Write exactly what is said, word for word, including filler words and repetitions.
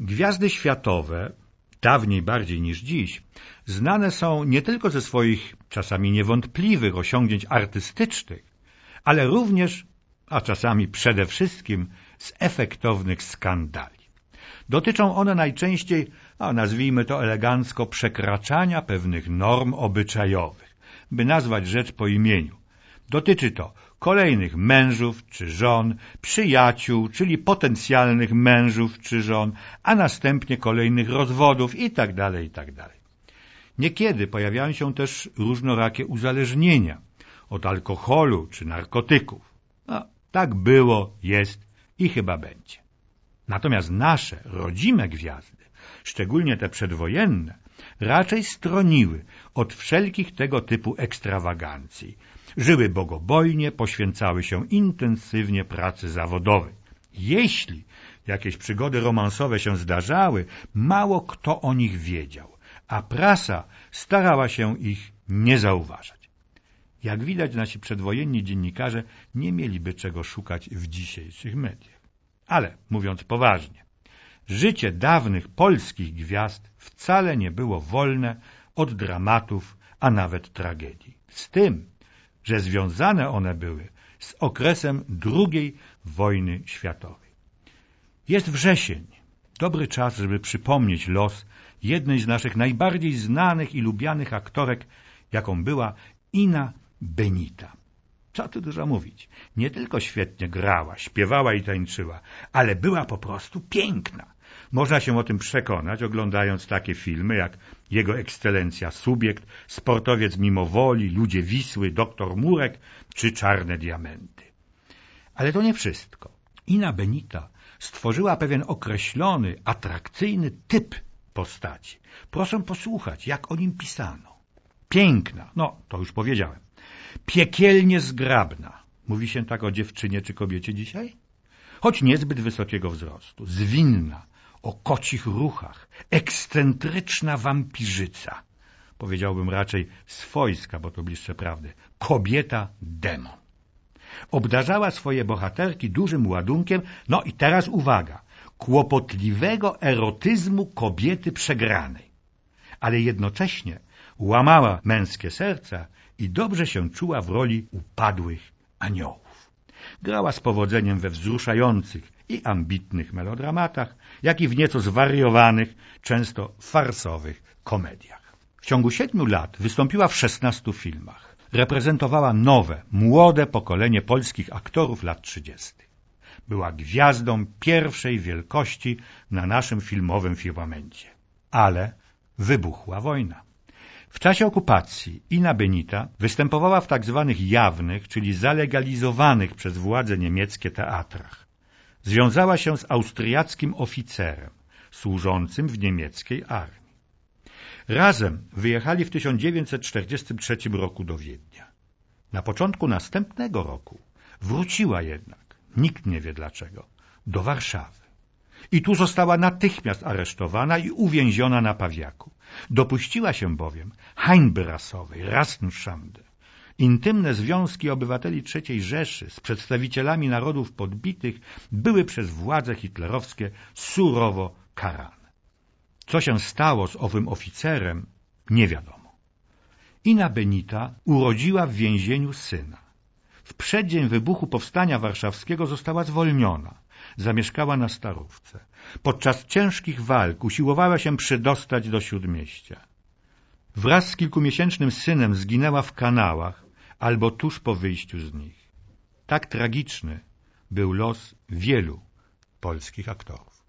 Gwiazdy światowe, dawniej bardziej niż dziś, znane są nie tylko ze swoich czasami niewątpliwych osiągnięć artystycznych, ale również, a czasami przede wszystkim, z efektownych skandali. Dotyczą one najczęściej, a nazwijmy to elegancko, przekraczania pewnych norm obyczajowych, by nazwać rzecz po imieniu. Dotyczy to kolejnych mężów czy żon, przyjaciół, czyli potencjalnych mężów czy żon, a następnie kolejnych rozwodów itd., itd. Niekiedy pojawiają się też różnorakie uzależnienia od alkoholu czy narkotyków. No, tak było, jest i chyba będzie. Natomiast nasze, rodzime gwiazdy, szczególnie te przedwojenne, raczej stroniły od wszelkich tego typu ekstrawagancji. Żyły bogobojnie, poświęcały się intensywnie pracy zawodowej. Jeśli jakieś przygody romansowe się zdarzały, mało kto o nich wiedział, a prasa starała się ich nie zauważać. Jak widać, nasi przedwojenni dziennikarze nie mieliby czego szukać w dzisiejszych mediach. Ale, mówiąc poważnie, życie dawnych polskich gwiazd wcale nie było wolne od dramatów, a nawet tragedii. Z tym, że związane one były z okresem drugiej wojny światowej. Jest wrzesień, dobry czas, żeby przypomnieć los jednej z naszych najbardziej znanych i lubianych aktorek, jaką była Ina Benita. Co tu dużo mówić, nie tylko świetnie grała, śpiewała i tańczyła, ale była po prostu piękna. Można się o tym przekonać, oglądając takie filmy jak Jego Ekscelencja Subiekt, Sportowiec mimowoli, Ludzie Wisły, Doktor Murek czy Czarne Diamenty. Ale to nie wszystko. Ina Benita stworzyła pewien określony, atrakcyjny typ postaci. Proszę posłuchać, jak o nim pisano. Piękna, no to już powiedziałem. Piekielnie zgrabna. Mówi się tak o dziewczynie czy kobiecie dzisiaj? Choć niezbyt wysokiego wzrostu. Zwinna, o kocich ruchach. Ekscentryczna wampirzyca. Powiedziałbym raczej swojska, bo to bliższe prawdy. Kobieta demon. Obdarzała swoje bohaterki dużym ładunkiem, no i teraz uwaga, kłopotliwego erotyzmu kobiety przegranej. Ale jednocześnie łamała męskie serca i dobrze się czuła w roli upadłych aniołów. Grała z powodzeniem we wzruszających i ambitnych melodramatach, jak i w nieco zwariowanych, często farsowych komediach. W ciągu siedmiu lat wystąpiła w szesnastu filmach. Reprezentowała nowe, młode pokolenie polskich aktorów lat trzydziestych. Była gwiazdą pierwszej wielkości na naszym filmowym firmamencie. Ale wybuchła wojna. W czasie okupacji Ina Benita występowała w tak zwanych jawnych, czyli zalegalizowanych przez władze niemieckie teatrach. Związała się z austriackim oficerem, służącym w niemieckiej armii. Razem wyjechali w tysiąc dziewięćset czterdziestym trzecim roku do Wiednia. Na początku następnego roku wróciła jednak, nikt nie wie dlaczego, do Warszawy. I tu została natychmiast aresztowana i uwięziona na Pawiaku. Dopuściła się bowiem hańby rasowej, Rassenschande. Intymne związki obywateli trzeciej Rzeszy z przedstawicielami narodów podbitych były przez władze hitlerowskie surowo karane. Co się stało z owym oficerem, nie wiadomo. Ina Benita urodziła w więzieniu syna. W przeddzień wybuchu Powstania Warszawskiego została zwolniona. Zamieszkała na Starówce. Podczas ciężkich walk usiłowała się przydostać do Śródmieścia. Wraz z kilkumiesięcznym synem zginęła w kanałach albo tuż po wyjściu z nich. Tak tragiczny był los wielu polskich aktorów.